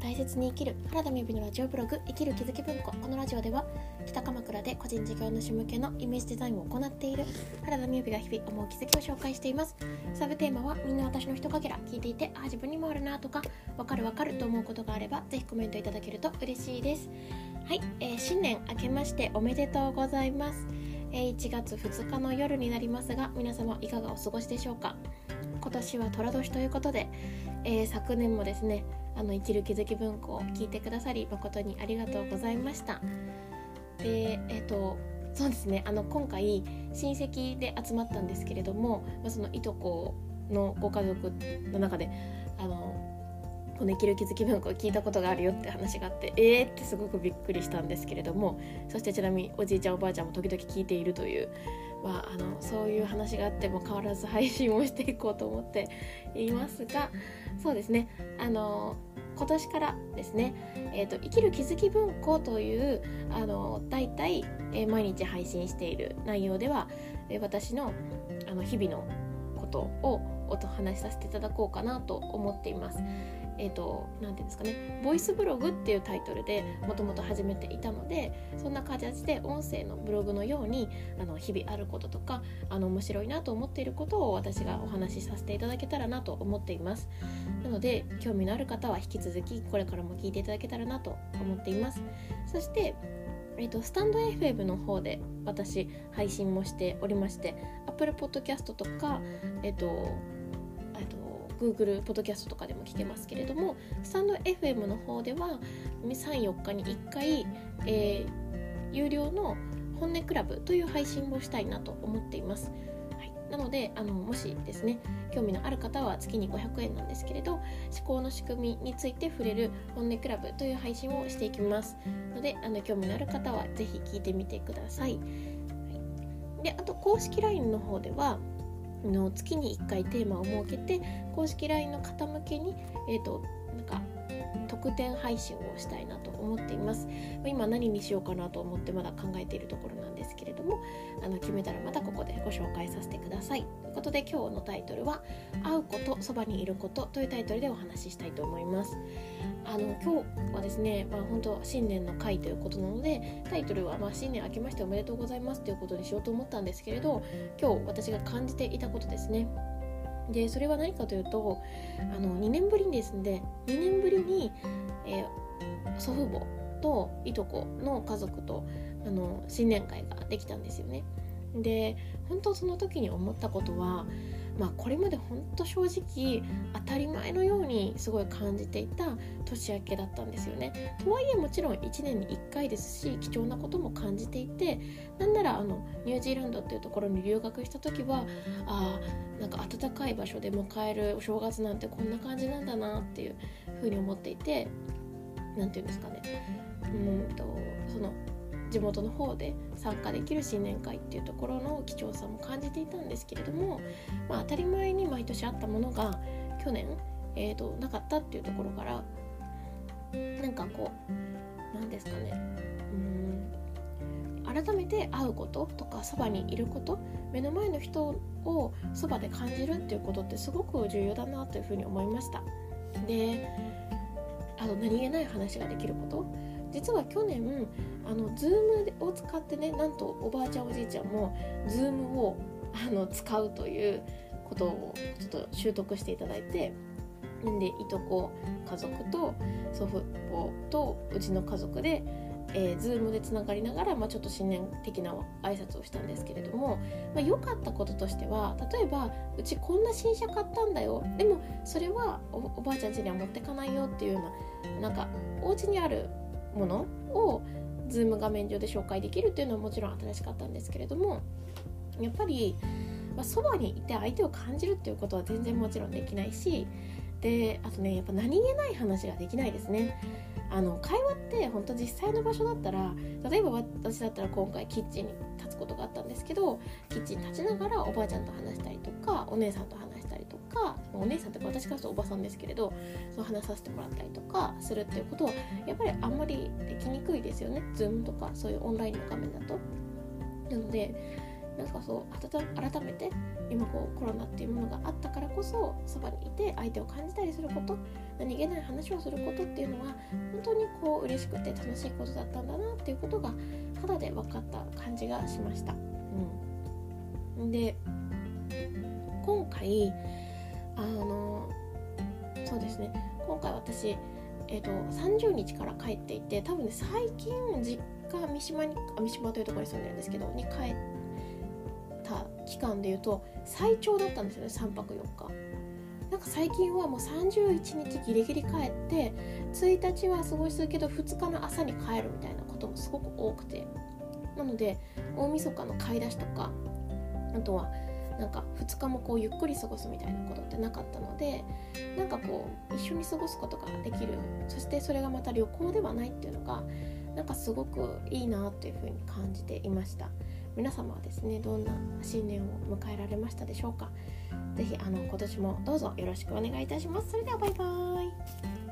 大切に生きる原田美由のラジオブログ生きる気づき文庫。このラジオでは北鎌倉で個人事業主向けのイメージデザインを行っている原田美由が日々思う気づきを紹介しています。サブテーマはみんな私のひとかけら。聞いていて自分にもあるなとかわかると思うことがあればぜひコメントいただけると嬉しいです。はい、新年明けましておめでとうございます。1月2日の夜になりますが、皆様いかがお過ごしでしょうか。今年は寅年ということで、昨年もですね生きる気づき文庫を聞いてくださり誠にありがとうございました。でそうですね今回親戚で集まったんですけれども、そのいとこのご家族の中でこの生きる気づき文庫を聞いたことがあるよって話があってってすごくびっくりしたんですけれども、そしてちなみにおじいちゃんおばあちゃんも時々聞いているという、そういう話があっても変わらず配信をしていこうと思っていますが、そうですね今年からですね、生きる気づき文庫というだいたい毎日配信している内容では、私の日々のことをお話しさせていただこうかなと思っています。なんていうんですかね、ボイスブログっていうタイトルでもともと始めていたので、そんな形で音声のブログのように日々あることとか面白いなと思っていることを私がお話しさせていただけたらなと思っています。なので興味のある方は引き続きこれからも聞いていただけたらなと思っています。そしてスタンド FM の方で私配信もしておりまして、 Apple Podcast とかGoogle ポッドキャストとかでも聞けますけれども、スタンド FM の方では 3,4 日に1回、有料の本音クラブという配信をしたいなと思っています。はい、なのでもしですね興味のある方は月に500円なんですけれど、思考の仕組みについて触れる本音クラブという配信をしていきますので、興味のある方はぜひ聞いてみてください。はい、であと公式 LINE の方では月に1回テーマを設けて公式 LINE の方向けに、特典配信をしたいなと思っています。今何にしようかなと思ってまだ考えているところなんですけれども、決めたらまたここでご紹介させてください。ということで今日のタイトルは会うこと、そばにいることというタイトルでお話ししたいと思います。今日はですね、本当新年の回ということなので、タイトルは新年明けましておめでとうございますということにしようと思ったんですけれど、今日私が感じていたことですね。でそれは何かというと2年ぶりにですね2年ぶりに、祖父母といとこの家族と新年会ができたんですよね。で本当その時に思ったことは、これまで本当正直当たり前のようにすごい感じていた年明けだったんですよね。とはいえもちろん1年に1回ですし貴重なことも感じていて、なんならニュージーランドっていうところに留学した時は暖かい場所で迎えるお正月なんてこんな感じなんだなっていうふうに思っていて、なんていうんですかね、その地元の方で参加できる新年会っていうところの貴重さも感じていたんですけれども、当たり前に毎年あったものが去年、なかったっていうところからなんですかね、改めて会うこととかそばにいること、目の前の人をそばで感じるっていうことってすごく重要だなというふうに思いました。で何気ない話ができること、実は去年Zoom を使ってね、なんとおばあちゃんおじいちゃんも Zoom を使うということをちょっと習得していただいて、なんでいとこ家族と祖父母とうちの家族で、Zoom でつながりながら、ちょっと新年的な挨拶をしたんですけれども、良かったこととしては、例えばうちこんな新車買ったんだよ、でもそれは おばあちゃん家には持ってかないよっていうような、お家にあるものを Zoom 画面上で紹介できるっていうのはもちろん新しかったんですけれども、やっぱりそばにいて相手を感じるっていうことは全然もちろんできないし、であとねやっぱ何気ない話ができないですね。会話って本当実際の場所だったら、例えば私だったら今回キッチンに立つことがあったんですけど、キッチンに立ちながらおばあちゃんと話したりとかお姉さんと話したりとか、お姉さんって私からするとおばさんですけれど、そう話させてもらったりとかするっていうことはやっぱりあんまりできにくいですよね、Zoom とかそういうオンラインの画面だと。なのでなんかそう改めて今こうコロナっていうものがあったからこそそばにいて相手を感じたりすること、何気ない話をすることっていうのは本当にこう嬉しくて楽しいことだったんだなっていうことが肌で分かった感じがしました。で今回そうですね、今回私、30日から帰っていて、多分ね最近実家三島というところに住んでるんですけどに帰った期間でいうと最長だったんですよね、3泊4日。なんか最近はもう31日ギリギリ帰って1日は過ごするけど2日の朝に帰るみたいなこともすごく多くて、なので大晦日の買い出しとか、あとはなんか2日もこうゆっくり過ごすみたいなことってなかったので、なんかこう一緒に過ごすことができる、そしてそれがまた旅行ではないっていうのがなんかすごくいいなというふうに感じていました。皆様はですね、どんな新年を迎えられましたでしょうか。ぜひ今年もどうぞよろしくお願いいたします。それではバイバーイ。